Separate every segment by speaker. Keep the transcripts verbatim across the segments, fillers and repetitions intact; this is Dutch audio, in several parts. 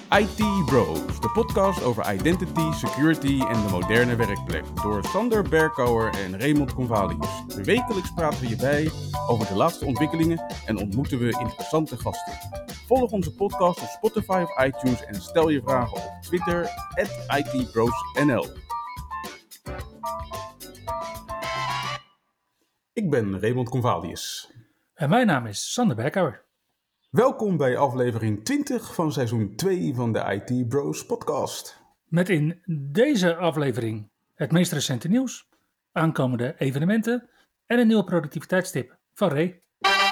Speaker 1: I T Bros, de podcast over identity, security en de moderne werkplek. Door Sander Berkouwer en Raymond Convalius. Wekelijks praten we je bij over de laatste ontwikkelingen en ontmoeten we interessante gasten. Volg onze podcast op Spotify of iTunes en stel je vragen op Twitter at I T Bros N L. Ik ben Raymond Convalius.
Speaker 2: En mijn naam is Sander Berkouwer.
Speaker 1: Welkom bij aflevering twintig van seizoen twee van de I T Bros podcast.
Speaker 2: Met in deze aflevering het meest recente nieuws, aankomende evenementen en een nieuwe productiviteitstip van Ray.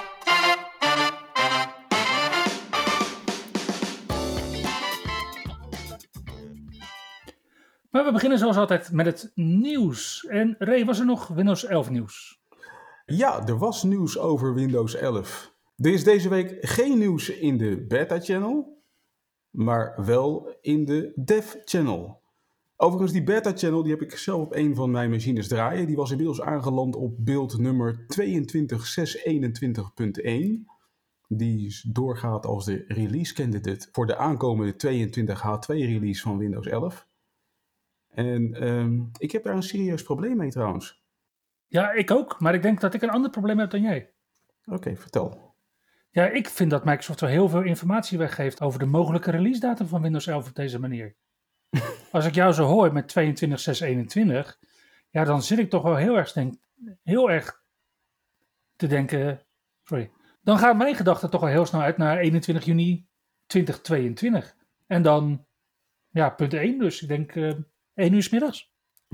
Speaker 2: Maar we beginnen zoals altijd met het nieuws. En Ray, was er nog Windows elf nieuws?
Speaker 1: Ja, er was nieuws over Windows elf. Er is deze week geen nieuws in de beta-channel, maar wel in de dev-channel. Overigens, die beta-channel die heb ik zelf op een van mijn machines draaien. Die was inmiddels aangeland op beeld nummer tweeëntwintig zes eenentwintig punt één. Die doorgaat als de release candidate voor de aankomende tweeëntwintig H twee release van Windows elf. En um, ik heb daar een serieus probleem mee trouwens.
Speaker 2: Ja, ik ook, maar ik denk dat ik een ander probleem heb dan jij.
Speaker 1: Oké, okay, vertel.
Speaker 2: Ja, ik vind dat Microsoft wel heel veel informatie weggeeft over de mogelijke release datum van Windows elf op deze manier. Als ik jou zo hoor met tweeëntwintig zes eenentwintig, ja, dan zit ik toch wel heel erg, denk, heel erg te denken, sorry, dan gaat mijn gedachte toch wel heel snel uit naar eenentwintig juni tweeduizend tweeëntwintig. En dan, ja, punt één, dus ik denk uh, één uur 's middags.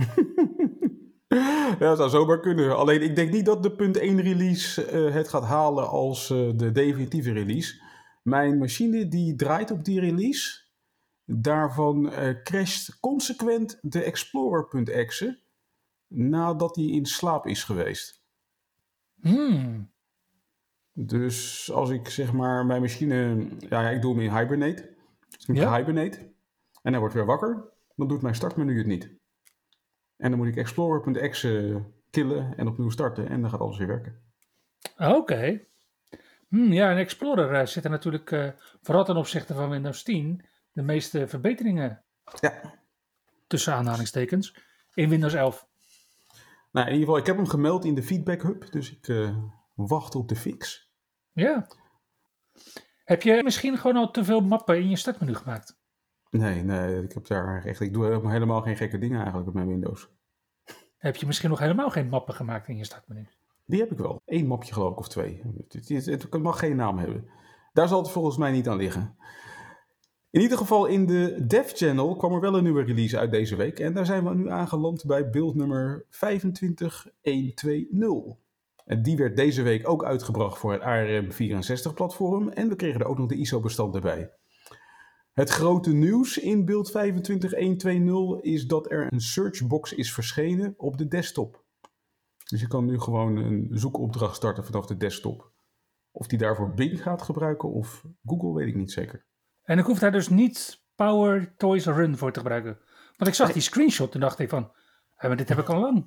Speaker 1: Ja, dat zou zomaar kunnen. Alleen ik denk niet dat de punt één release uh, het gaat halen als uh, de definitieve release. Mijn machine die draait op die release. Daarvan uh, crasht consequent de Explorer.exe nadat hij in slaap is geweest.
Speaker 2: Hmm.
Speaker 1: Dus als ik zeg maar mijn machine, ja, ja ik doe hem in Hibernate. Dus ik ja? Hibernate en hij wordt weer wakker, dan doet mijn startmenu het niet. En dan moet ik Explorer.exe killen en opnieuw starten en dan gaat alles weer werken.
Speaker 2: Oké. Okay. Hmm, ja, in Explorer uh, zitten natuurlijk uh, vooral ten opzichte van Windows tien de meeste verbeteringen.
Speaker 1: Ja.
Speaker 2: Tussen aanhalingstekens in Windows elf.
Speaker 1: Nou, in ieder geval, ik heb hem gemeld in de Feedback Hub, dus ik uh, wacht op de fix.
Speaker 2: Ja. Heb je misschien gewoon al te veel mappen in je startmenu gemaakt?
Speaker 1: Nee, nee, ik heb daar echt, ik doe helemaal geen gekke dingen eigenlijk op mijn Windows.
Speaker 2: Heb je misschien nog helemaal geen mappen gemaakt in je startmenu?
Speaker 1: Die heb ik wel. Eén mapje geloof ik of twee. Het, het, het mag geen naam hebben. Daar zal het volgens mij niet aan liggen. In ieder geval in de Dev Channel kwam er wel een nieuwe release uit deze week. En daar zijn we nu aangeland bij beeld nummer vijfentwintig honderdtwintig. En die werd deze week ook uitgebracht voor het A R M vierenzestig platform. En we kregen er ook nog de I S O-bestand erbij. Het grote nieuws in beeld vijfentwintig honderdtwintig is dat er een searchbox is verschenen op de desktop. Dus je kan nu gewoon een zoekopdracht starten vanaf de desktop. Of die daarvoor Bing gaat gebruiken of Google, weet ik niet zeker.
Speaker 2: En ik hoef daar dus niet Power Toys Run voor te gebruiken. Want ik zag die screenshot en dacht ik van, hey, maar dit heb ik al lang.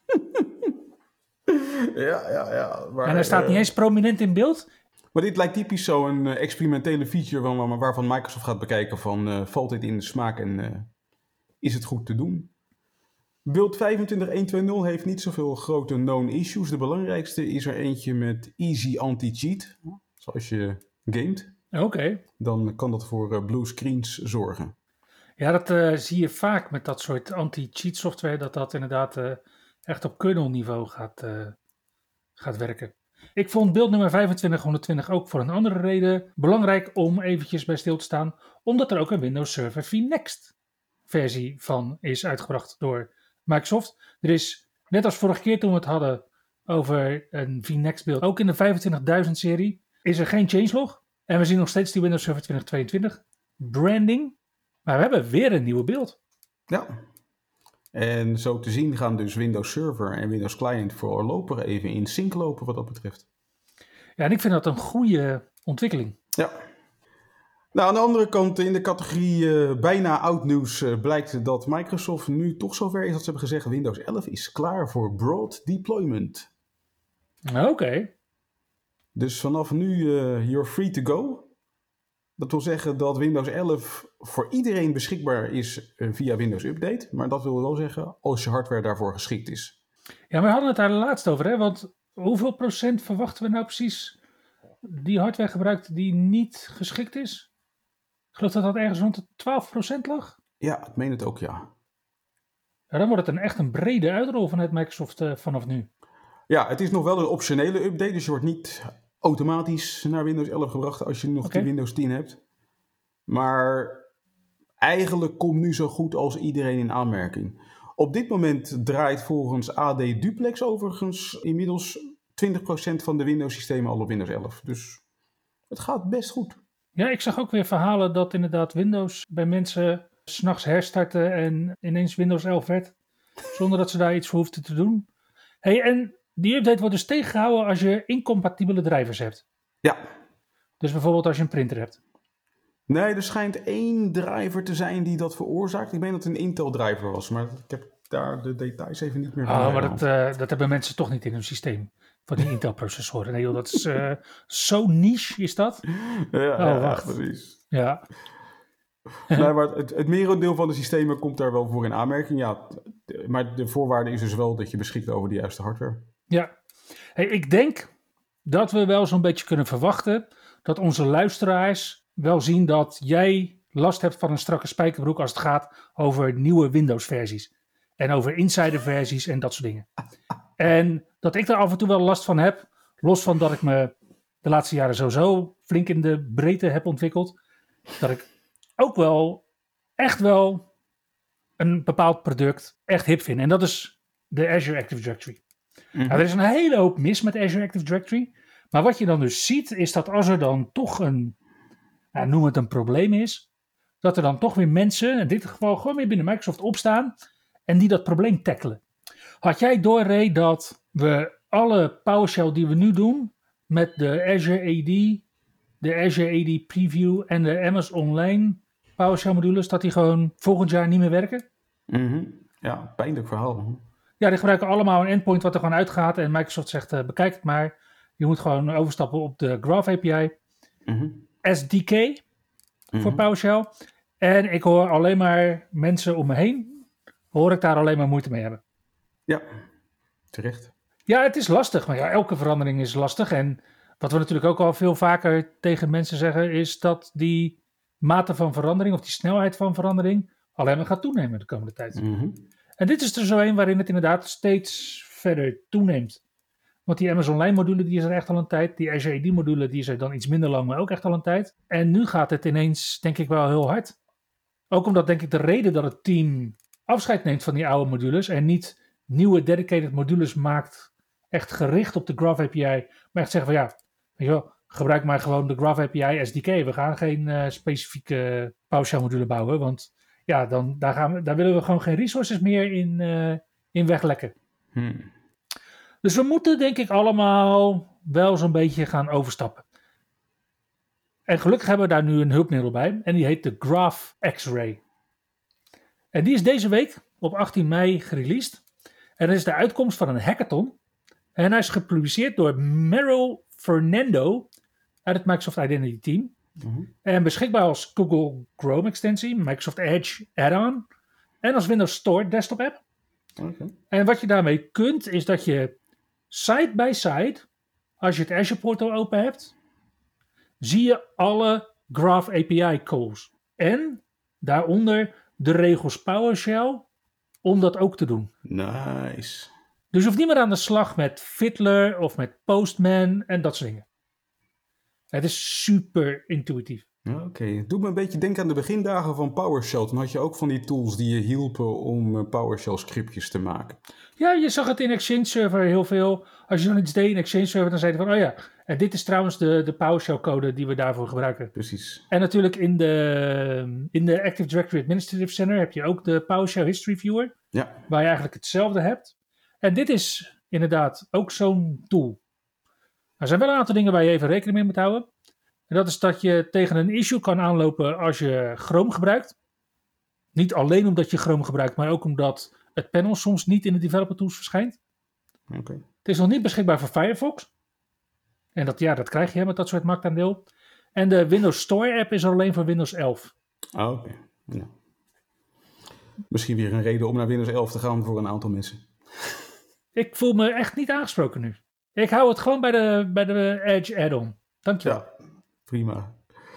Speaker 1: ja, ja, ja. Maar,
Speaker 2: en hij staat uh, niet eens prominent in beeld.
Speaker 1: Maar dit lijkt typisch zo'n uh, experimentele feature van, waarvan Microsoft gaat bekijken van, uh, valt dit in de smaak en uh, is het goed te doen? Beeld vijfentwintig honderdtwintig heeft niet zoveel grote known issues. De belangrijkste is er eentje met easy anti-cheat. Zoals je gamet.
Speaker 2: Oké. Okay.
Speaker 1: Dan kan dat voor uh, blue screens zorgen.
Speaker 2: Ja, dat uh, zie je vaak met dat soort anti-cheat software. Dat dat inderdaad uh, echt op kernel niveau gaat, uh, gaat werken. Ik vond beeld nummer vijfentwintig honderdtwintig ook voor een andere reden belangrijk om eventjes bij stil te staan. Omdat er ook een Windows Server vNext versie van is uitgebracht door Microsoft. Er is, net als vorige keer toen we het hadden over een vNext beeld, ook in de vijfentwintigduizend serie, is er geen changelog. En we zien nog steeds die Windows Server twintig tweeëntwintig branding. Maar we hebben weer een nieuwe beeld.
Speaker 1: Ja. En zo te zien gaan dus Windows Server en Windows Client voorlopig even in sync lopen wat dat betreft.
Speaker 2: Ja, en ik vind dat een goede ontwikkeling.
Speaker 1: Ja. Nou, aan de andere kant, in de categorie uh, bijna oud nieuws uh, blijkt dat Microsoft nu toch zover is dat ze hebben gezegd Windows elf is klaar voor broad deployment.
Speaker 2: Oké. Okay.
Speaker 1: Dus vanaf nu, uh, you're free to go. Dat wil zeggen dat Windows elf voor iedereen beschikbaar is via Windows Update. Maar dat wil wel zeggen als je hardware daarvoor geschikt is.
Speaker 2: Ja, we hadden het daar laatst over, hè? Want hoeveel procent verwachten we nou precies die hardware gebruikt die niet geschikt is? Ik geloof dat dat ergens rond de twaalf procent lag.
Speaker 1: Ja, ik meen het ook, ja.
Speaker 2: Ja, dan wordt het een echt een brede uitrol vanuit Microsoft uh, vanaf nu.
Speaker 1: Ja, het is nog wel een optionele update, dus je wordt niet automatisch naar Windows elf gebracht als je nog okay. die Windows tien hebt. Maar eigenlijk komt nu zo goed als iedereen in aanmerking. Op dit moment draait volgens A D Duplex overigens inmiddels twintig procent van de Windows systemen al op Windows elf. Dus het gaat best goed.
Speaker 2: Ja, ik zag ook weer verhalen dat inderdaad Windows bij mensen 's nachts herstarten en ineens Windows elf werd. Zonder dat ze daar iets voor hoefden te doen. Hey, en die update wordt dus tegengehouden als je incompatibele drivers hebt.
Speaker 1: Ja.
Speaker 2: Dus bijvoorbeeld als je een printer hebt.
Speaker 1: Nee, er schijnt één driver te zijn die dat veroorzaakt. Ik meen dat het een Intel driver was, maar ik heb daar de details even niet meer van.
Speaker 2: Oh, maar dat, uh, dat hebben mensen toch niet in hun systeem. Van die Intel processoren. Nee joh, dat is uh, zo niche is dat.
Speaker 1: Ja,
Speaker 2: oh,
Speaker 1: ja
Speaker 2: wacht.
Speaker 1: precies.
Speaker 2: Ja.
Speaker 1: Nee, maar het, het merendeel van de systemen komt daar wel voor in aanmerking. Ja, maar de voorwaarde is dus wel dat je beschikt over de juiste hardware.
Speaker 2: Ja. Hey, ik denk dat we wel zo'n beetje kunnen verwachten dat onze luisteraars wel zien dat jij last hebt van een strakke spijkerbroek als het gaat over nieuwe Windows-versies. En over insider-versies en dat soort dingen. En dat ik daar af en toe wel last van heb, los van dat ik me de laatste jaren sowieso flink in de breedte heb ontwikkeld, dat ik ook wel echt wel een bepaald product echt hip vind. En dat is de Azure Active Directory. Mm-hmm. Nou, er is een hele hoop mis met Azure Active Directory. Maar wat je dan dus ziet, is dat als er dan toch een, nou, noem het een probleem is, dat er dan toch weer mensen, in dit geval gewoon weer binnen Microsoft opstaan en die dat probleem tackelen. Had jij door, Ray, dat we alle PowerShell die we nu doen met de Azure A D, de Azure A D Preview en de M S Online PowerShell modules, dat die gewoon volgend jaar niet meer werken?
Speaker 1: Mm-hmm. Ja, pijnlijk verhaal.
Speaker 2: Ja, die gebruiken allemaal een endpoint wat er gewoon uitgaat en Microsoft zegt, uh, bekijk het maar. Je moet gewoon overstappen op de Graph A P I. Mm-hmm. S D K mm-hmm. voor PowerShell. En ik hoor alleen maar mensen om me heen, hoor ik daar alleen maar moeite mee hebben.
Speaker 1: Ja, terecht.
Speaker 2: Ja, het is lastig, maar ja, elke verandering is lastig. En wat we natuurlijk ook al veel vaker tegen mensen zeggen, is dat die mate van verandering of die snelheid van verandering alleen maar gaat toenemen de komende tijd. Mm-hmm. En dit is er zo een waarin het inderdaad steeds verder toeneemt. Want die M S Online module die is er echt al een tijd. Die Azure A D module die is er dan iets minder lang, maar ook echt al een tijd. En nu gaat het ineens denk ik wel heel hard. Ook omdat denk ik de reden dat het team afscheid neemt van die oude modules en niet nieuwe dedicated modules maakt, echt gericht op de Graph A P I, maar echt zeggen van ja, weet je wel, gebruik maar gewoon de Graph A P I S D K. We gaan geen uh, specifieke PowerShell module bouwen, want ja, dan, daar, gaan we, daar willen we gewoon geen resources meer in, uh, in weglekken. Hmm. Dus we moeten denk ik allemaal wel zo'n beetje gaan overstappen. En gelukkig hebben we daar nu een hulpmiddel bij en die heet de Graph X-Ray. En die is deze week op achttien mei gereleased. En dat is de uitkomst van een hackathon. En hij is gepubliceerd door Meryl Fernando uit het Microsoft Identity Team. Mm-hmm. En beschikbaar als Google Chrome extensie, Microsoft Edge add-on en als Windows Store desktop app. Okay. En wat je daarmee kunt, is dat je side by side, als je het Azure portal open hebt, zie je alle Graph A P I calls. En daaronder de regels PowerShell om dat ook te doen.
Speaker 1: Nice.
Speaker 2: Dus je hoeft niet meer aan de slag met Fiddler of met Postman en dat soort dingen. Het is super intuïtief.
Speaker 1: Oké, okay. Het doet me een beetje denken aan de begindagen van PowerShell. Toen had je ook van die tools die je hielpen om PowerShell scriptjes te maken.
Speaker 2: Ja, je zag het in Exchange Server heel veel. Als je dan iets deed in Exchange Server, dan zei je van, oh ja, en dit is trouwens de, de PowerShell code die we daarvoor gebruiken.
Speaker 1: Precies.
Speaker 2: En natuurlijk in de, in de Active Directory Administrative Center heb je ook de PowerShell History Viewer.
Speaker 1: Ja.
Speaker 2: Waar je eigenlijk hetzelfde hebt. En dit is inderdaad ook zo'n tool. Er zijn wel een aantal dingen waar je even rekening mee moet houden. En dat is dat je tegen een issue kan aanlopen als je Chrome gebruikt. Niet alleen omdat je Chrome gebruikt, maar ook omdat het panel soms niet in de developer tools verschijnt.
Speaker 1: Okay.
Speaker 2: Het is nog niet beschikbaar voor Firefox. En dat, ja, dat krijg je met dat soort marktaandeel. En de Windows Store app is er alleen voor Windows elf.
Speaker 1: Oh, oké. Okay. Ja. Misschien weer een reden om naar Windows elf te gaan voor een aantal mensen.
Speaker 2: Ik voel me echt niet aangesproken nu. Ik hou het gewoon bij de, bij de Edge add-on. Dankjewel.
Speaker 1: Ja, prima.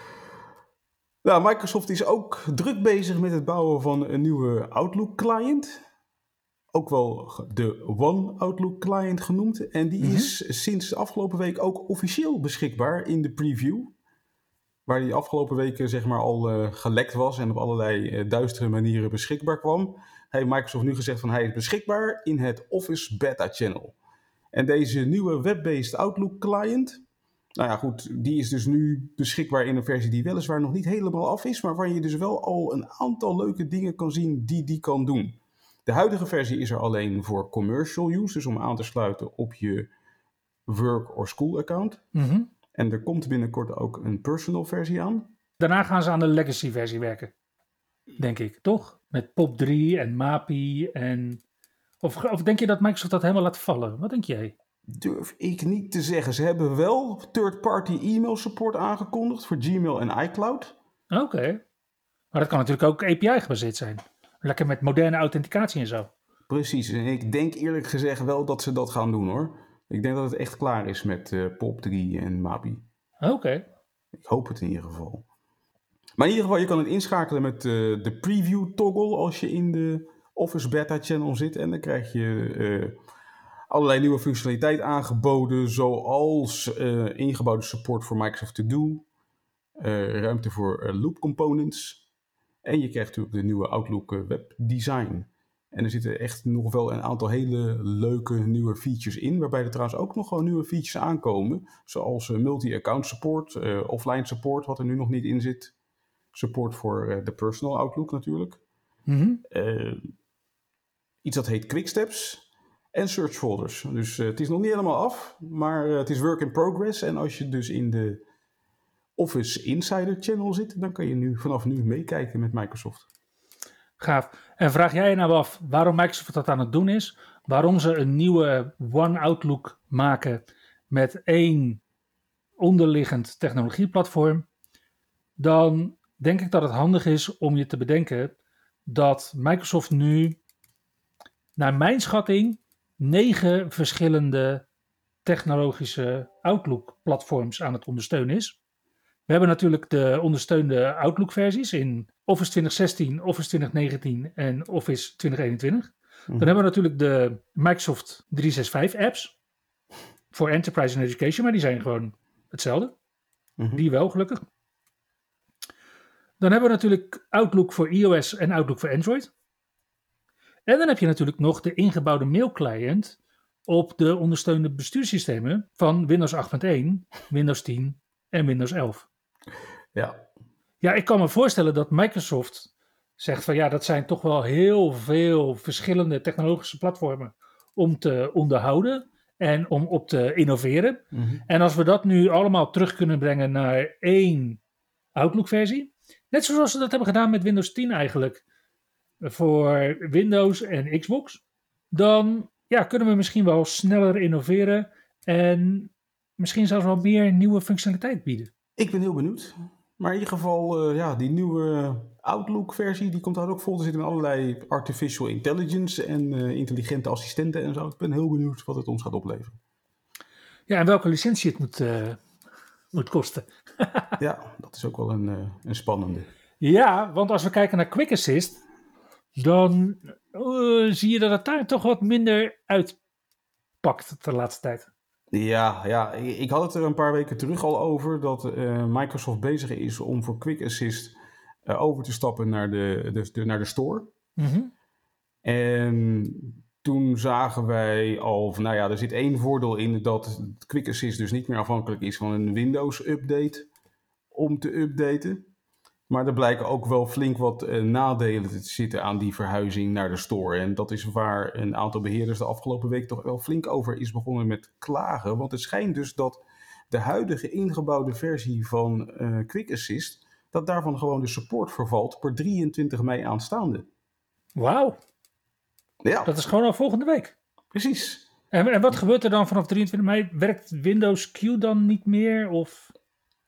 Speaker 1: Nou, Microsoft is ook druk bezig met het bouwen van een nieuwe Outlook client. Ook wel de One Outlook client genoemd. En die mm-hmm. is sinds de afgelopen week ook officieel beschikbaar in de preview. Waar die afgelopen weken zeg maar al uh, gelekt was en op allerlei uh, duistere manieren beschikbaar kwam. Heeft Microsoft nu gezegd van hij is beschikbaar in het Office Beta Channel. En deze nieuwe web-based Outlook client, nou ja goed, die is dus nu beschikbaar in een versie die weliswaar nog niet helemaal af is, maar waar je dus wel al een aantal leuke dingen kan zien die die kan doen. De huidige versie is er alleen voor commercial use, dus om aan te sluiten op je work or school account.
Speaker 2: Mm-hmm.
Speaker 1: En er komt binnenkort ook een personal versie aan.
Speaker 2: Daarna gaan ze aan de legacy versie werken, denk ik, toch? Met Pop drie en MAPI en... Of, of denk je dat Microsoft dat helemaal laat vallen? Wat denk jij?
Speaker 1: Durf ik niet te zeggen. Ze hebben wel third-party e-mail support aangekondigd voor Gmail en iCloud.
Speaker 2: Oké. Okay. Maar dat kan natuurlijk ook A P I gebaseerd zijn. Lekker met moderne authenticatie en zo.
Speaker 1: Precies. En ik denk eerlijk gezegd wel dat ze dat gaan doen hoor. Ik denk dat het echt klaar is met uh, Pop drie en MAPI.
Speaker 2: Oké. Okay.
Speaker 1: Ik hoop het in ieder geval. Maar in ieder geval, je kan het inschakelen met uh, de preview toggle als je in de Office Beta Channel zit. En dan krijg je uh, allerlei nieuwe functionaliteit aangeboden. Zoals uh, ingebouwde support voor Microsoft To Do. Uh, ruimte voor uh, loop components. En je krijgt natuurlijk de nieuwe Outlook uh, web design. En er zitten echt nog wel een aantal hele leuke nieuwe features in. Waarbij er trouwens ook nog gewoon nieuwe features aankomen. Zoals uh, multi-account support, uh, offline support, wat er nu nog niet in zit. Support voor uh, de personal Outlook natuurlijk.
Speaker 2: Mm-hmm.
Speaker 1: Uh, iets dat heet Quicksteps. En search folders. Dus uh, het is nog niet helemaal af. Maar uh, het is work in progress. En als je dus in de Office Insider Channel zit, dan kan je nu vanaf nu meekijken met Microsoft.
Speaker 2: Gaaf. En vraag jij je nou af waarom Microsoft dat aan het doen is? Waarom ze een nieuwe One Outlook maken met één onderliggend technologieplatform? Dan denk ik dat het handig is om je te bedenken dat Microsoft nu, naar mijn schatting, negen verschillende technologische Outlook-platforms aan het ondersteunen is. We hebben natuurlijk de ondersteunde Outlook-versies in Office twintig zestien, Office twintig negentien en Office twintig eenentwintig. Mm-hmm. Dan hebben we natuurlijk de Microsoft driehonderdzesenzestig apps voor Enterprise en Education, maar die zijn gewoon hetzelfde. Mm-hmm. Die wel, gelukkig. Dan hebben we natuurlijk Outlook voor iOS en Outlook voor Android. En dan heb je natuurlijk nog de ingebouwde mailclient op de ondersteunde bestuurssystemen van Windows acht punt één, Windows tien en Windows elf.
Speaker 1: Ja.
Speaker 2: Ja, ik kan me voorstellen dat Microsoft zegt van ja, dat zijn toch wel heel veel verschillende technologische platformen om te onderhouden en om op te innoveren. Mm-hmm. En als we dat nu allemaal terug kunnen brengen naar één Outlook-versie, net zoals ze dat hebben gedaan met Windows tien eigenlijk, voor Windows en Xbox, dan ja, kunnen we misschien wel sneller innoveren en misschien zelfs wel meer nieuwe functionaliteit bieden.
Speaker 1: Ik ben heel benieuwd. Maar in ieder geval, uh, ja, die nieuwe Outlook-versie, die komt daar ook vol te zitten met allerlei artificial intelligence en uh, intelligente assistenten en zo. Ik ben heel benieuwd wat het ons gaat opleveren.
Speaker 2: Ja, en welke licentie het moet, uh, moet kosten.
Speaker 1: Ja, dat is ook wel een, uh, een spannende.
Speaker 2: Ja, want als we kijken naar Quick Assist, dan uh, zie je dat het daar toch wat minder uitpakt de laatste tijd.
Speaker 1: Ja, ja, ik had het er een paar weken terug al over dat uh, Microsoft bezig is om voor Quick Assist uh, over te stappen naar de, de, de, naar de store.
Speaker 2: Mm-hmm.
Speaker 1: En toen zagen wij al van, nou ja, er zit één voordeel in dat Quick Assist dus niet meer afhankelijk is van een Windows update om te updaten. Maar er blijken ook wel flink wat uh, nadelen te zitten aan die verhuizing naar de store. En dat is waar een aantal beheerders de afgelopen week toch wel flink over is begonnen met klagen. Want het schijnt dus dat de huidige ingebouwde versie van uh, Quick Assist, dat daarvan gewoon de support vervalt per drieëntwintig mei aanstaande.
Speaker 2: Wauw.
Speaker 1: Ja.
Speaker 2: Dat is gewoon al volgende week.
Speaker 1: Precies.
Speaker 2: En, en wat gebeurt er dan vanaf drieëntwintig mei? Werkt Windows Q dan niet meer? Of...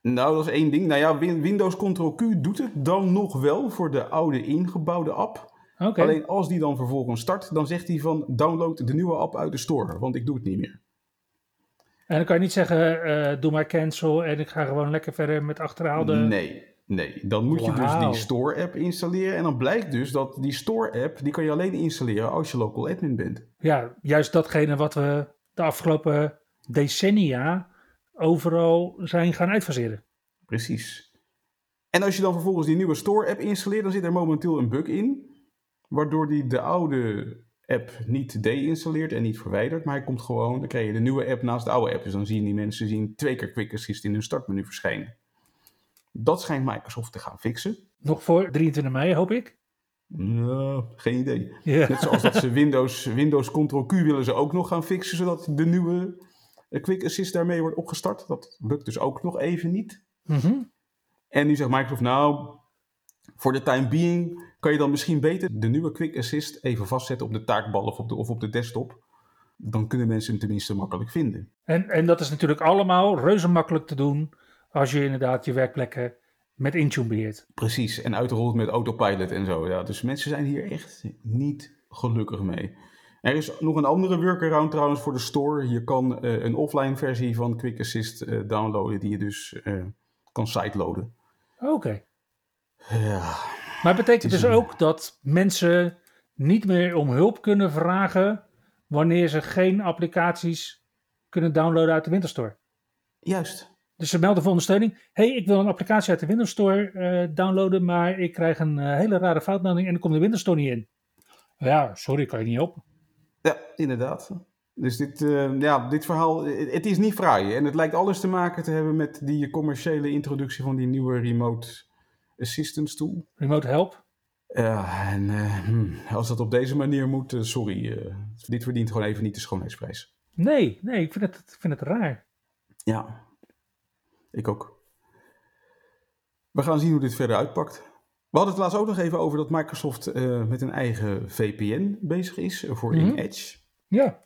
Speaker 1: Nou, dat is één ding. Nou ja, Win- Windows Ctrl Q doet het dan nog wel voor de oude ingebouwde app.
Speaker 2: Oké. Okay.
Speaker 1: Alleen als die dan vervolgens start, dan zegt hij van download de nieuwe app uit de store, want ik doe het niet meer.
Speaker 2: En dan kan je niet zeggen, uh, doe maar cancel en ik ga gewoon lekker verder met achterhaalde...
Speaker 1: Nee, nee. Dan moet
Speaker 2: wow.
Speaker 1: je dus die store app installeren. En dan blijkt dus dat die store app, die kan je alleen installeren als je local admin bent.
Speaker 2: Ja, juist datgene wat we de afgelopen decennia overal zijn gaan uitfaseren.
Speaker 1: Precies. En als je dan vervolgens die nieuwe store app installeert, dan zit er momenteel een bug in. Waardoor die de oude app niet deinstalleert en niet verwijdert. Maar hij komt gewoon, dan krijg je de nieuwe app naast de oude app. Dus dan zien die mensen zien twee keer Quick Assist in hun startmenu verschijnen. Dat schijnt Microsoft te gaan fixen.
Speaker 2: Nog voor drieëntwintig mei, hoop ik?
Speaker 1: Nou, geen idee.
Speaker 2: Ja.
Speaker 1: Net zoals dat ze Windows, Windows Ctrl Q willen ze ook nog gaan fixen, zodat de nieuwe Quick Assist daarmee wordt opgestart. Dat lukt dus ook nog even niet.
Speaker 2: Mm-hmm.
Speaker 1: En nu zegt Microsoft, nou, voor de time being kan je dan misschien beter de nieuwe Quick Assist even vastzetten op de taakbal of op de, of op de desktop. Dan kunnen mensen hem tenminste makkelijk vinden.
Speaker 2: En, en dat is natuurlijk allemaal reuze makkelijk te doen als je inderdaad je werkplekken met Intune beheert.
Speaker 1: Precies, en uitgerold met autopilot en zo. Ja. Dus mensen zijn hier echt niet gelukkig mee. Er is nog een andere workaround trouwens voor de store. Je kan uh, een offline versie van Quick Assist uh, downloaden die je dus uh, kan sideloaden.
Speaker 2: Oké. Okay.
Speaker 1: Ja,
Speaker 2: maar het betekent
Speaker 1: het
Speaker 2: dus
Speaker 1: een...
Speaker 2: ook dat mensen niet meer om hulp kunnen vragen wanneer ze geen applicaties kunnen downloaden uit de Windows Store.
Speaker 1: Juist.
Speaker 2: Dus ze melden voor ondersteuning. Hé, hey, ik wil een applicatie uit de Windows Store uh, downloaden, maar ik krijg een uh, hele rare foutmelding en er komt de Windows Store niet in. Ja, sorry, kan je niet op.
Speaker 1: Ja, inderdaad. Dus dit, uh, ja, dit verhaal, het is niet fraai. En het lijkt alles te maken te hebben met die commerciële introductie van die nieuwe Remote Assistance tool.
Speaker 2: Remote Help.
Speaker 1: Ja, en uh, hm, als dat op deze manier moet, uh, sorry. Uh, dit verdient gewoon even niet de schoonheidsprijs.
Speaker 2: Nee, nee, ik vind het, ik vind het raar.
Speaker 1: Ja, ik ook. We gaan zien hoe dit verder uitpakt. We hadden het laatst ook nog even over dat Microsoft uh, met een eigen V P N bezig is voor mm-hmm. in Edge.
Speaker 2: Ja.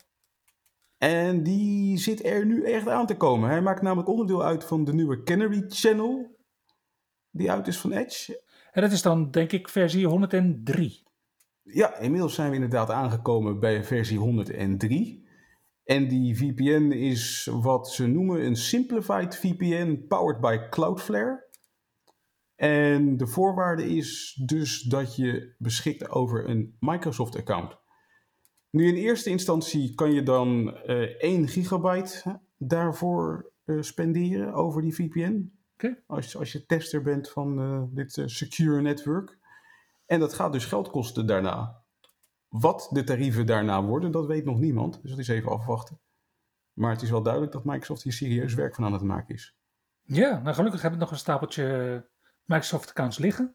Speaker 1: En die zit er nu echt aan te komen. Hij maakt namelijk onderdeel uit van de nieuwe Canary Channel, die uit is van Edge.
Speaker 2: En dat is dan denk ik versie honderddrie.
Speaker 1: Ja, inmiddels zijn we inderdaad aangekomen bij versie honderddrie. En die V P N is wat ze noemen een Simplified V P N powered by Cloudflare. En de voorwaarde is dus dat je beschikt over een Microsoft-account. Nu in eerste instantie kan je dan uh, één gigabyte daarvoor uh, spenderen over die V P N.
Speaker 2: Okay.
Speaker 1: Als, als je tester bent van uh, dit uh, secure network. En dat gaat dus geld kosten daarna. Wat de tarieven daarna worden, dat weet nog niemand. Dus dat is even afwachten. Maar het is wel duidelijk dat Microsoft hier serieus werk van aan het maken is.
Speaker 2: Ja, nou gelukkig heb ik nog een stapeltje Microsoft-accounts liggen.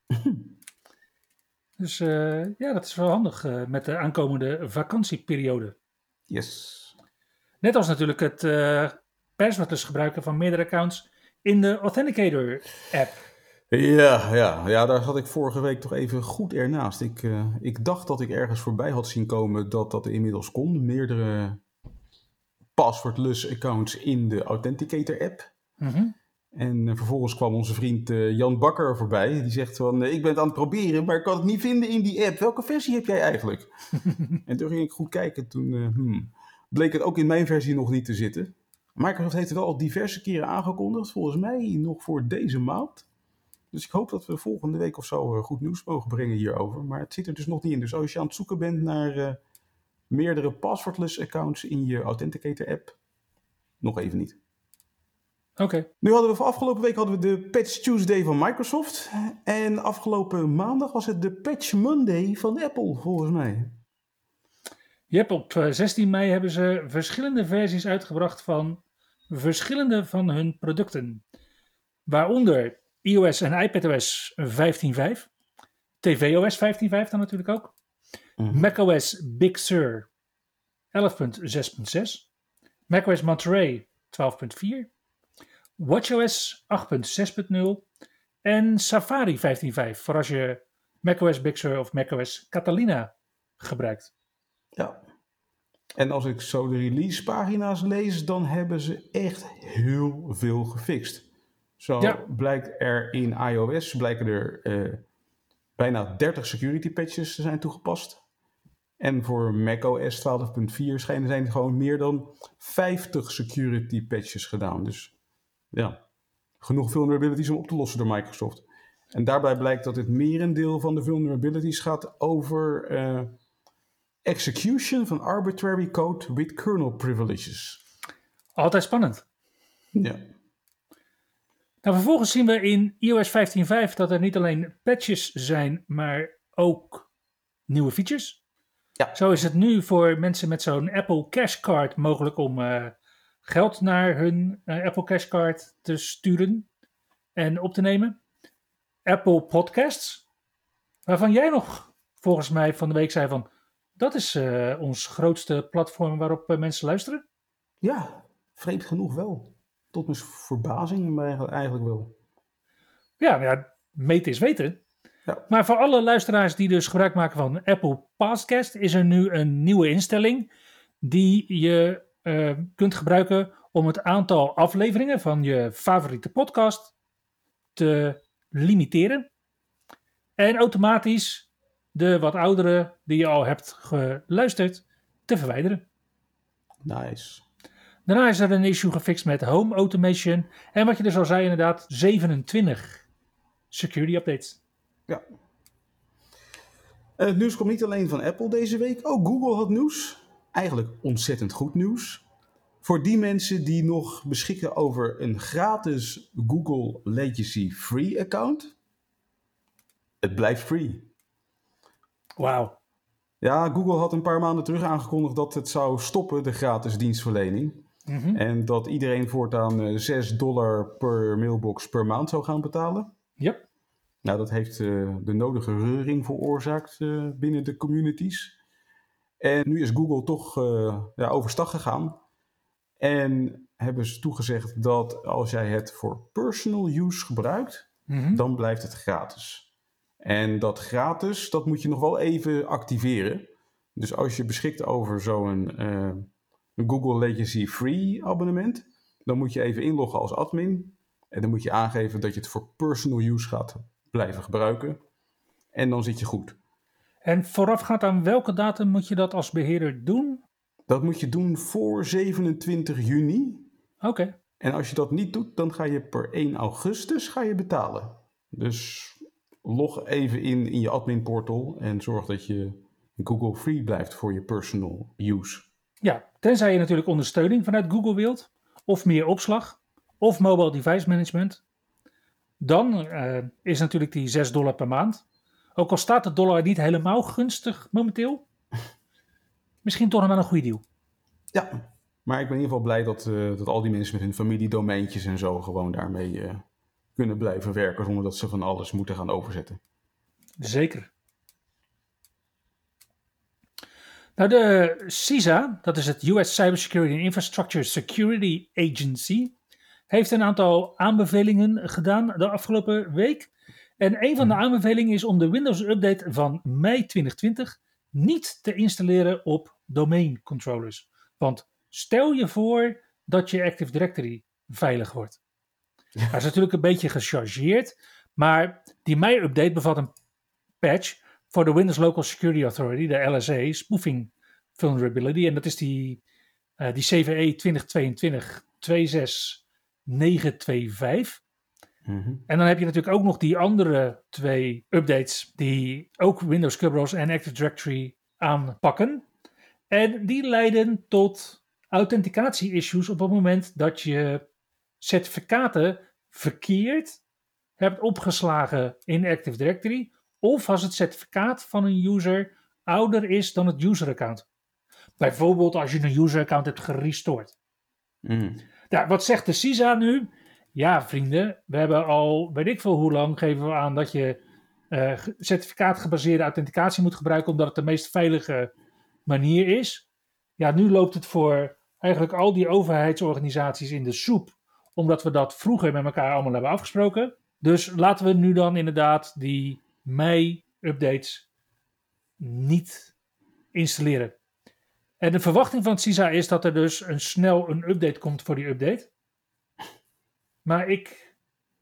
Speaker 2: Dus uh, ja, dat is wel handig uh, met de aankomende vakantieperiode.
Speaker 1: Yes.
Speaker 2: Net als natuurlijk het uh, passwordless gebruiken van meerdere accounts in de Authenticator-app.
Speaker 1: Ja, ja, ja, daar zat ik vorige week toch even goed ernaast. Ik, uh, ik dacht dat ik ergens voorbij had zien komen dat dat inmiddels kon. Meerdere passwordless accounts in de Authenticator-app.
Speaker 2: Mm-hmm.
Speaker 1: En uh, vervolgens kwam onze vriend uh, Jan Bakker voorbij. Die zegt van, uh, ik ben het aan het proberen, maar ik kan het niet vinden in die app. Welke versie heb jij eigenlijk? En toen ging ik goed kijken. Toen uh, hmm, bleek het ook in mijn versie nog niet te zitten. Microsoft heeft het wel al diverse keren aangekondigd. Volgens mij nog voor deze maand. Dus ik hoop dat we volgende week of zo uh, goed nieuws mogen brengen hierover. Maar het zit er dus nog niet in. Dus als je aan het zoeken bent naar uh, meerdere passwordless accounts in je Authenticator app, nog even niet.
Speaker 2: Oké. Okay.
Speaker 1: Nu hadden we voor afgelopen week hadden we de Patch Tuesday van Microsoft. En afgelopen maandag was het de Patch Monday van Apple, volgens mij.
Speaker 2: Yep, op zestien mei hebben ze verschillende versies uitgebracht van verschillende van hun producten. Waaronder iOS en iPadOS vijftien punt vijf. tvOS vijftien punt vijf dan natuurlijk ook. Mm-hmm. macOS Big Sur elf punt zes punt zes. macOS Monterey twaalf punt vier. WatchOS acht punt zes punt nul. En Safari vijftien punt vijf. Voor als je macOS Big Sur of macOS Catalina gebruikt.
Speaker 1: Ja. En als ik zo de release pagina's lees, dan hebben ze echt heel veel gefixt. Zo
Speaker 2: Ja.
Speaker 1: blijkt er in iOS blijken er uh, bijna dertig security patches te zijn toegepast. En voor macOS twaalf punt vier schijnen zijn er gewoon meer dan vijftig security patches gedaan. Dus ja, genoeg vulnerabilities om op te lossen door Microsoft. En daarbij blijkt dat het merendeel van de vulnerabilities gaat over uh, execution van arbitrary code with kernel privileges.
Speaker 2: Altijd spannend.
Speaker 1: Ja.
Speaker 2: Nou, vervolgens zien we in iOS vijftien punt vijf dat er niet alleen patches zijn, maar ook nieuwe features.
Speaker 1: Ja.
Speaker 2: Zo is het nu voor mensen met zo'n Apple Cash Card mogelijk om uh, geld naar hun uh, Apple Cash Card te sturen en op te nemen. Apple Podcasts, waarvan jij nog volgens mij van de week zei van, dat is uh, ons grootste platform waarop uh, mensen luisteren.
Speaker 1: Ja, vreemd genoeg wel. Tot mijn verbazing maar eigenlijk wel.
Speaker 2: Ja, ja, meten is weten.
Speaker 1: Ja.
Speaker 2: Maar voor alle luisteraars die dus gebruik maken van Apple Podcast is er nu een nieuwe instelling die je uh, kunt gebruiken om het aantal afleveringen van je favoriete podcast te limiteren. En automatisch de wat oudere die je al hebt geluisterd te verwijderen.
Speaker 1: Nice.
Speaker 2: Daarna is er een issue gefixt met home automation. En wat je dus al zei inderdaad, zevenentwintig security updates.
Speaker 1: Ja. En het nieuws komt niet alleen van Apple deze week. Ook Google had nieuws. Eigenlijk ontzettend goed nieuws. Voor die mensen die nog beschikken over een gratis Google Legacy Free account. Het blijft free.
Speaker 2: Wauw.
Speaker 1: Ja, Google had een paar maanden terug aangekondigd dat het zou stoppen, de gratis dienstverlening.
Speaker 2: Mm-hmm.
Speaker 1: En dat iedereen voortaan zes dollar per mailbox per maand zou gaan betalen.
Speaker 2: Yep.
Speaker 1: Nou, dat heeft uh, de nodige reuring veroorzaakt uh, binnen de communities. En nu is Google toch uh, ja, overstag gegaan. En hebben ze toegezegd dat als jij het voor personal use gebruikt,
Speaker 2: Mm-hmm.
Speaker 1: dan blijft het gratis. En dat gratis, dat moet je nog wel even activeren. Dus als je beschikt over zo'n uh, een Google Legacy Free abonnement, dan moet je even inloggen als admin. En dan moet je aangeven dat je het voor personal use gaat blijven gebruiken. En dan zit je goed.
Speaker 2: En voorafgaand aan welke datum moet je dat als beheerder doen?
Speaker 1: Dat moet je doen voor zevenentwintig juni.
Speaker 2: Oké. Okay.
Speaker 1: En als je dat niet doet, dan ga je per één augustus ga je betalen. Dus log even in in je admin portal en zorg dat je Google Free blijft voor je personal use.
Speaker 2: Ja, tenzij je natuurlijk ondersteuning vanuit Google wilt, of meer opslag, of mobile device management. Dan uh, is natuurlijk die zes dollar per maand. Ook al staat de dollar niet helemaal gunstig momenteel. Misschien toch nog wel een goede deal.
Speaker 1: Ja, maar ik ben in ieder geval blij dat, uh, dat al die mensen met hun familiedomeintjes en zo gewoon daarmee uh, kunnen blijven werken. Zonder dat ze van alles moeten gaan overzetten.
Speaker 2: Zeker. Nou, de C I S A, dat is het U S Cybersecurity and Infrastructure Security Agency, heeft een aantal aanbevelingen gedaan de afgelopen week. En een van de aanbevelingen is om de Windows Update van mei twintig twintig niet te installeren op domain controllers. Want stel je voor dat je Active Directory veilig wordt. Ja. Dat is natuurlijk een beetje gechargeerd, maar die mei-update bevat een patch voor de Windows Local Security Authority, de L S A, spoofing vulnerability. En dat is die, uh, die C V E twintig tweeëntwintig zesentwintig negenhonderdvijfenveertig.
Speaker 1: Mm-hmm.
Speaker 2: En dan heb je natuurlijk ook nog die andere twee updates die ook Windows Kerberos en Active Directory aanpakken. En die leiden tot authenticatie-issues op het moment dat je certificaten verkeerd hebt opgeslagen in Active Directory. Of als het certificaat van een user ouder is dan het user-account. Bijvoorbeeld als je een user-account hebt gerestored.
Speaker 1: Mm.
Speaker 2: Ja, wat zegt de C I S A nu? Ja, vrienden, we hebben al, weet ik veel hoe lang, geven we aan dat je uh, certificaatgebaseerde authenticatie moet gebruiken, omdat het de meest veilige manier is. Ja, nu loopt het voor eigenlijk al die overheidsorganisaties in de soep, omdat we dat vroeger met elkaar allemaal hebben afgesproken. Dus laten we nu dan inderdaad die mei-updates niet installeren. En de verwachting van het C I S A is dat er dus een snel een update komt voor die update. Maar ik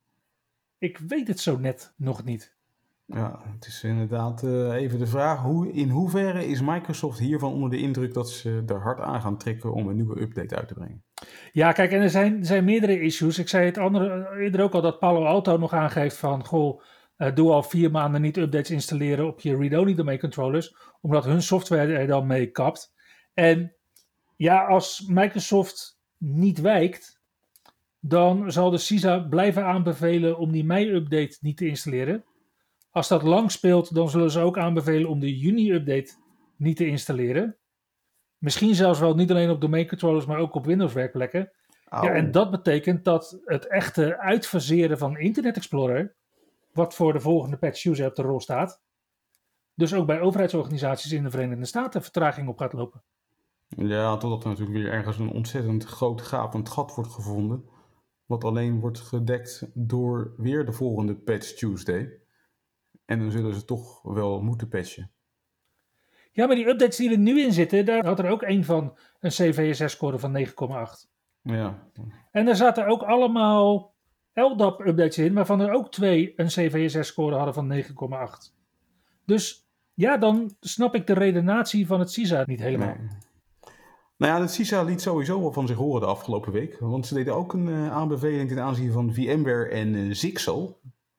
Speaker 2: ik weet het zo net nog niet.
Speaker 1: Ja, het is inderdaad uh, even de vraag, hoe, in hoeverre is Microsoft hiervan onder de indruk dat ze er hard aan gaan trekken om een nieuwe update uit te brengen?
Speaker 2: Ja, kijk, en er zijn, er zijn meerdere issues. Ik zei het andere, eerder ook al dat Palo Alto nog aangeeft van, goh, uh, doe al vier maanden niet updates installeren op je read-only domain controllers, omdat hun software er dan mee kapt. En ja, als Microsoft niet wijkt, dan zal de C I S A blijven aanbevelen om die mei-update niet te installeren. Als dat lang speelt, dan zullen ze ook aanbevelen om de juni-update niet te installeren. Misschien zelfs wel niet alleen op domain controllers, maar ook op Windows-werkplekken. Ja, en dat betekent dat het echte uitfaseren van Internet Explorer, wat voor de volgende patch user op de rol staat, dus ook bij overheidsorganisaties in de Verenigde Staten vertraging op gaat lopen.
Speaker 1: Ja, totdat er natuurlijk weer ergens een ontzettend groot gapend gat wordt gevonden, wat alleen wordt gedekt door weer de volgende patch Tuesday. En dan zullen ze toch wel moeten patchen.
Speaker 2: Ja, maar die updates die er nu in zitten, daar had er ook één van een C V S S-score van negen komma acht.
Speaker 1: Ja.
Speaker 2: En er zaten ook allemaal L D A P-updates in, waarvan er ook twee een C V S S-score hadden van negen komma acht. Dus ja, dan snap ik de redenatie van het C I S A niet helemaal.
Speaker 1: Nee. Nou ja, de C I S A liet sowieso wel van zich horen de afgelopen week. Want ze deden ook een uh, aanbeveling ten aanzien van VMware en uh, Zixel.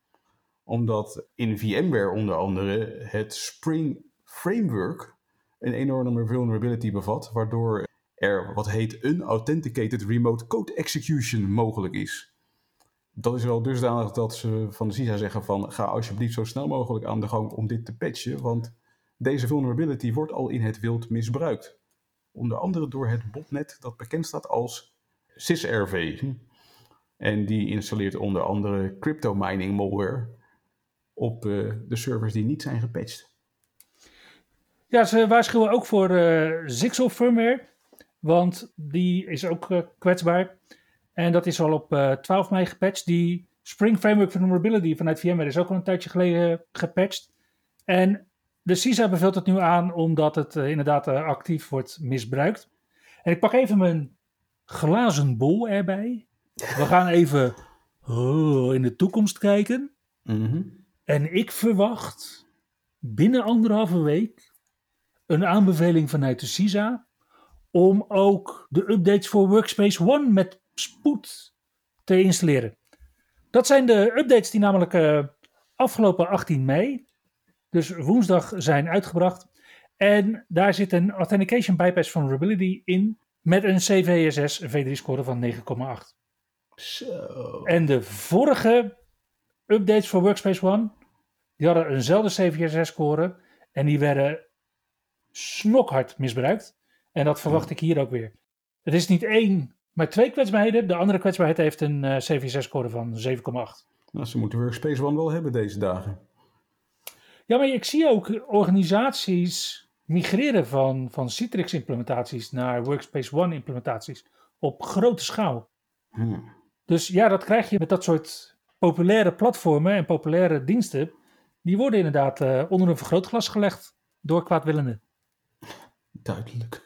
Speaker 1: Omdat in VMware onder andere het Spring Framework een enorme vulnerability bevat, waardoor er wat heet unauthenticated remote code execution mogelijk is. Dat is wel dusdanig dat ze van de C I S A zeggen van ga alsjeblieft zo snel mogelijk aan de gang om dit te patchen, want deze vulnerability wordt al in het wild misbruikt. Onder andere door het botnet dat bekend staat als SysRV. En die installeert onder andere crypto mining malware op uh, de servers die niet zijn gepatcht.
Speaker 2: Ja, ze waarschuwen ook voor uh, Zixel firmware, want die is ook uh, kwetsbaar. En dat is al op uh, twaalf mei gepatcht. Die Spring Framework Vulnerability vanuit VMware is ook al een tijdje geleden gepatcht. En de C I S A beveelt het nu aan omdat het uh, inderdaad uh, actief wordt misbruikt. En ik pak even mijn glazen bol erbij. We gaan even oh, in de toekomst kijken.
Speaker 1: Mm-hmm.
Speaker 2: En ik verwacht binnen anderhalve week een aanbeveling vanuit de C I S A om ook de updates voor Workspace ONE met spoed te installeren. Dat zijn de updates die namelijk uh, afgelopen achttien mei, dus woensdag, zijn uitgebracht. En daar zit een Authentication Bypass Vulnerability in met een C V S S V drie score van negen komma acht.
Speaker 1: So.
Speaker 2: En de vorige updates voor Workspace ONE, die hadden eenzelfde C V S S score en die werden snokhard misbruikt. En dat verwacht ik hier ook weer. Het is niet één, maar twee kwetsbaarheden. De andere kwetsbaarheid heeft een uh, C V S S score van zeven komma acht.
Speaker 1: Nou, ze moeten Workspace ONE wel hebben deze dagen.
Speaker 2: Ja, maar ik zie ook organisaties migreren van, van Citrix implementaties naar Workspace ONE implementaties op grote schaal.
Speaker 1: Hmm.
Speaker 2: Dus ja, dat krijg je met dat soort populaire platformen en populaire diensten. Die worden inderdaad uh, onder een vergrootglas gelegd door kwaadwillenden.
Speaker 1: Duidelijk.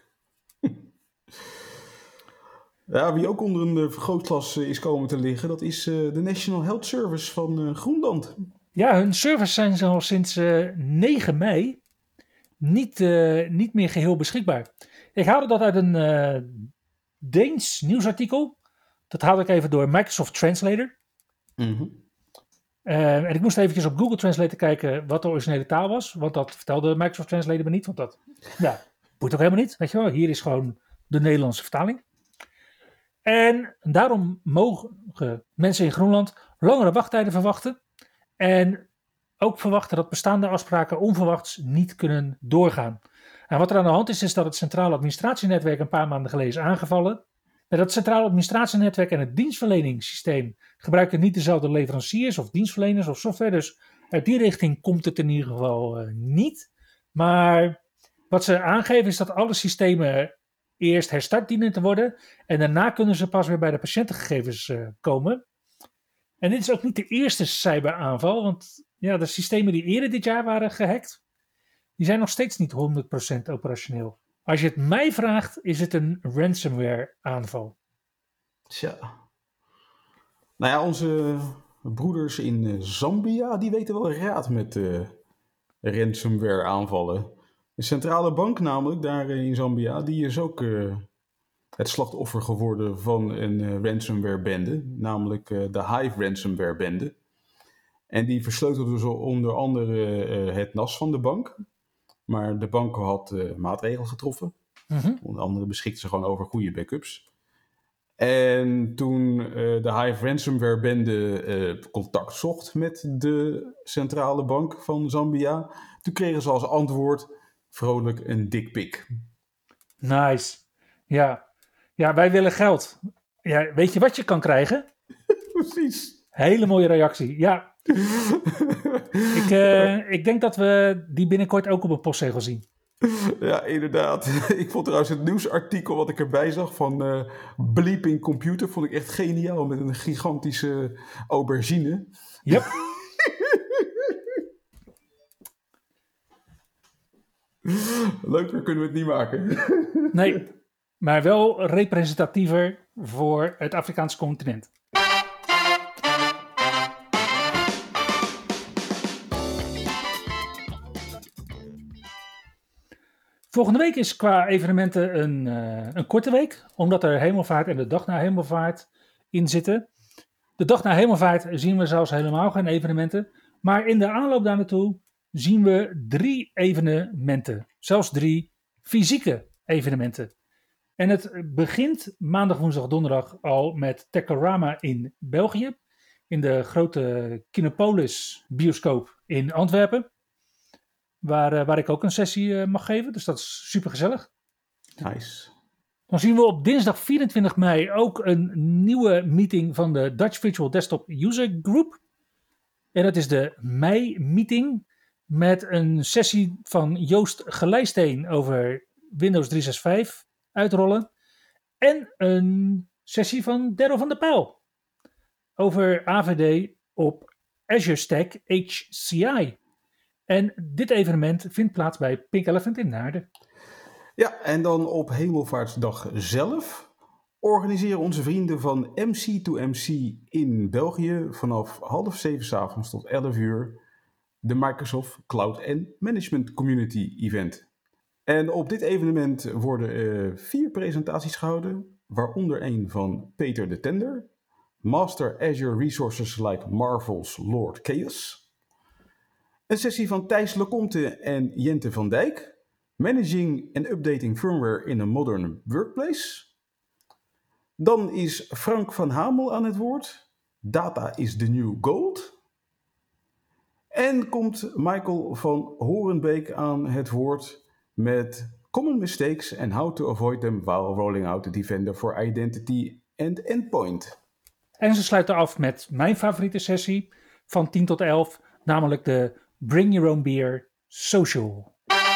Speaker 1: Ja, wie ook onder een vergrootglas is komen te liggen, dat is uh, de National Health Service van uh, Groenland.
Speaker 2: Ja, hun servers zijn al sinds uh, negen mei niet, uh, niet meer geheel beschikbaar. Ik haalde dat uit een uh, Deens nieuwsartikel. Dat haalde ik even door Microsoft Translator.
Speaker 1: Mm-hmm.
Speaker 2: Uh, en ik moest eventjes op Google Translator kijken wat de originele taal was. Want dat vertelde Microsoft Translator me niet. Want dat ja, boeit ook helemaal niet. Weet je wel, hier is gewoon de Nederlandse vertaling. En daarom mogen mensen in Groenland langere wachttijden verwachten. En ook verwachten dat bestaande afspraken onverwachts niet kunnen doorgaan. En wat er aan de hand is, is dat het Centraal Administratienetwerk een paar maanden geleden is aangevallen. En dat Centraal Administratienetwerk en het dienstverleningssysteem gebruiken niet dezelfde leveranciers of dienstverleners of software. Dus uit die richting komt het in ieder geval uh, niet. Maar wat ze aangeven is dat alle systemen eerst herstart dienen te worden. En daarna kunnen ze pas weer bij de patiëntengegevens uh, komen. En dit is ook niet de eerste cyberaanval. Want ja, de systemen die eerder dit jaar waren gehackt, die zijn nog steeds niet honderd procent operationeel. Als je het mij vraagt, is het een ransomware aanval.
Speaker 1: Tja. Nou ja, onze broeders in uh, Zambia, die weten wel raad met uh, ransomware aanvallen. De centrale bank namelijk, daar in Zambia, die is ook uh, het slachtoffer geworden van een uh, ransomware bende. Namelijk uh, de Hive ransomware bende. En die versleutelde dus onder andere uh, het N A S van de bank. Maar de bank had uh, maatregelen getroffen. Mm-hmm. Onder andere beschikte ze gewoon over goede backups. En toen uh, de Hive ransomware bende uh, contact zocht met de centrale bank van Zambia, toen kregen ze als antwoord vrolijk een dikpik.
Speaker 2: Nice. Ja. Ja, wij willen geld. Ja, weet je wat je kan krijgen?
Speaker 1: Precies.
Speaker 2: Hele mooie reactie, ja. ik, uh, ik denk dat we die binnenkort ook op een postzegel zien.
Speaker 1: Ja, inderdaad. Ik vond trouwens het nieuwsartikel wat ik erbij zag van uh, Bleeping Computer, vond ik echt geniaal met een gigantische aubergine.
Speaker 2: Yep.
Speaker 1: Leuker kunnen we het niet maken.
Speaker 2: Nee, maar wel representatiever voor het Afrikaanse continent. Volgende week is qua evenementen een, uh, een korte week, omdat er Hemelvaart en de dag na Hemelvaart in zitten. De dag na Hemelvaart zien we zelfs helemaal geen evenementen, maar in de aanloop daar naartoe zien we drie evenementen, zelfs drie fysieke evenementen. En het begint maandag, woensdag, donderdag al met Techorama in België, in de grote Kinopolis bioscoop in Antwerpen. Waar, uh, waar ik ook een sessie uh, mag geven. Dus dat is super gezellig.
Speaker 1: Nice.
Speaker 2: Dan zien we op dinsdag vierentwintig mei ook een nieuwe meeting van de Dutch Virtual Desktop User Group. En dat is de mei-meeting met een sessie van Joost Gelijsteen over Windows driehonderdzesenzestig uitrollen. En een sessie van Darryl van der Pijl over A V D op Azure Stack H C I. En dit evenement vindt plaats bij Pink Elephant in Naarden.
Speaker 1: Ja, en dan op Hemelvaartsdag zelf organiseren onze vrienden van M C to M C in België vanaf half zeven 's avonds tot elf uur de Microsoft Cloud and Management Community Event. En op dit evenement worden uh, vier presentaties gehouden, waaronder een van Peter de Tender, Master Azure Resources like Marvel's Lord Chaos. Een sessie van Thijs Leconte en Jente van Dijk. Managing and Updating Firmware in a Modern Workplace. Dan is Frank van Hamel aan het woord. Data is the new gold. En komt Michael van Horenbeek aan het woord met Common Mistakes and How to Avoid them while rolling out the Defender for Identity and Endpoint.
Speaker 2: En ze sluiten af met mijn favoriete sessie van tien tot elf, namelijk de Bring Your Own Beer Social.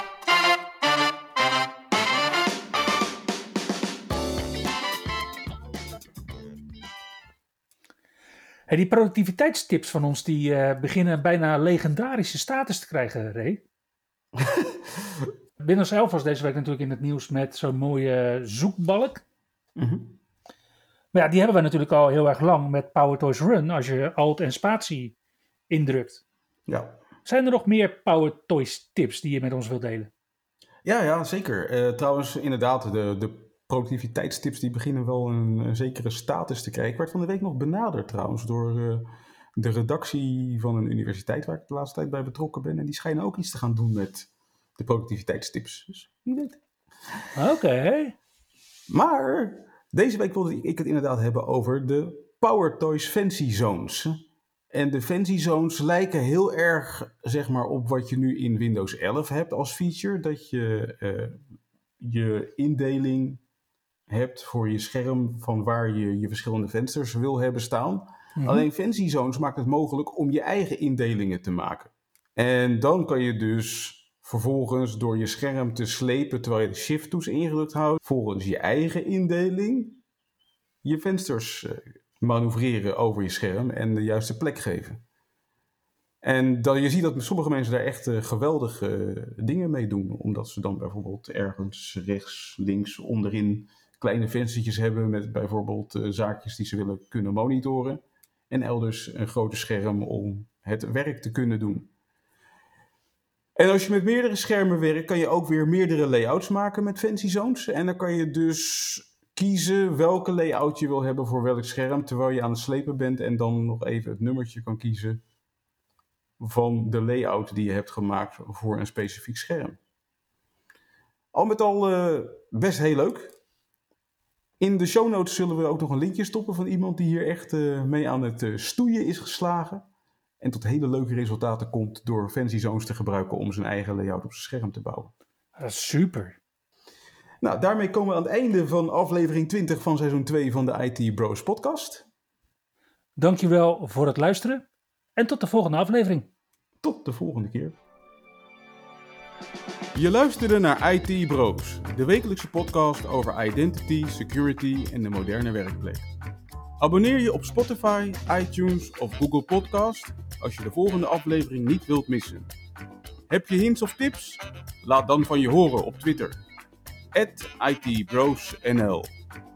Speaker 2: Hey, die productiviteitstips van ons die uh, beginnen bijna legendarische status te krijgen, Ray. Windows elf was deze week natuurlijk in het nieuws met zo'n mooie zoekbalk. Mm-hmm. Maar ja, die hebben we natuurlijk al heel erg lang met PowerToys Run als je Alt en Spatie indrukt.
Speaker 1: Ja.
Speaker 2: Zijn er nog meer PowerToys tips die je met ons wilt delen?
Speaker 1: Ja, ja, zeker. Uh, trouwens, inderdaad, de, de productiviteitstips die beginnen wel een, een zekere status te krijgen. Ik werd van de week nog benaderd trouwens door uh, de redactie van een universiteit waar ik de laatste tijd bij betrokken ben. En die schijnen ook iets te gaan doen met de productiviteitstips. Dus wie weet.
Speaker 2: Oké. Okay.
Speaker 1: Maar deze week wilde ik het inderdaad hebben over de PowerToys Fancy Zones. En de Fancy Zones lijken heel erg, zeg maar, op wat je nu in Windows elf hebt als feature. Dat je uh, je indeling hebt voor je scherm van waar je je verschillende vensters wil hebben staan. Mm-hmm. Alleen Fancy Zones maakt het mogelijk om je eigen indelingen te maken. En dan kan je dus vervolgens door je scherm te slepen terwijl je de shift-toets ingedrukt houdt, volgens je eigen indeling je vensters uh, manoeuvreren over je scherm en de juiste plek geven. En dan, je ziet dat sommige mensen daar echt uh, geweldige uh, dingen mee doen. Omdat ze dan bijvoorbeeld ergens rechts, links, onderin kleine venstertjes hebben met bijvoorbeeld uh, zaakjes die ze willen kunnen monitoren. en elders een groter scherm om het werk te kunnen doen. En als je met meerdere schermen werkt, kan je ook weer meerdere layouts maken met Fancy Zones. En dan kan je dus kiezen welke layout je wil hebben voor welk scherm, terwijl je aan het slepen bent en dan nog even het nummertje kan kiezen van de layout die je hebt gemaakt voor een specifiek scherm. Al met al uh, best heel leuk. In de show notes zullen we ook nog een linkje stoppen van iemand die hier echt uh, mee aan het uh, stoeien is geslagen. En tot hele leuke resultaten komt door Fancy Zones te gebruiken om zijn eigen layout op zijn scherm te bouwen.
Speaker 2: Dat is super.
Speaker 1: Nou, daarmee komen we aan het einde van aflevering twintig van seizoen twee van de I T Bros podcast.
Speaker 2: Dankjewel voor het luisteren en tot de volgende aflevering.
Speaker 1: Tot de volgende keer. Je luisterde naar I T Bros, de wekelijkse podcast over identity, security en de moderne werkplek. Abonneer je op Spotify, iTunes of Google Podcast als je de volgende aflevering niet wilt missen. Heb je hints of tips? Laat dan van je horen op Twitter. at I T Bros N L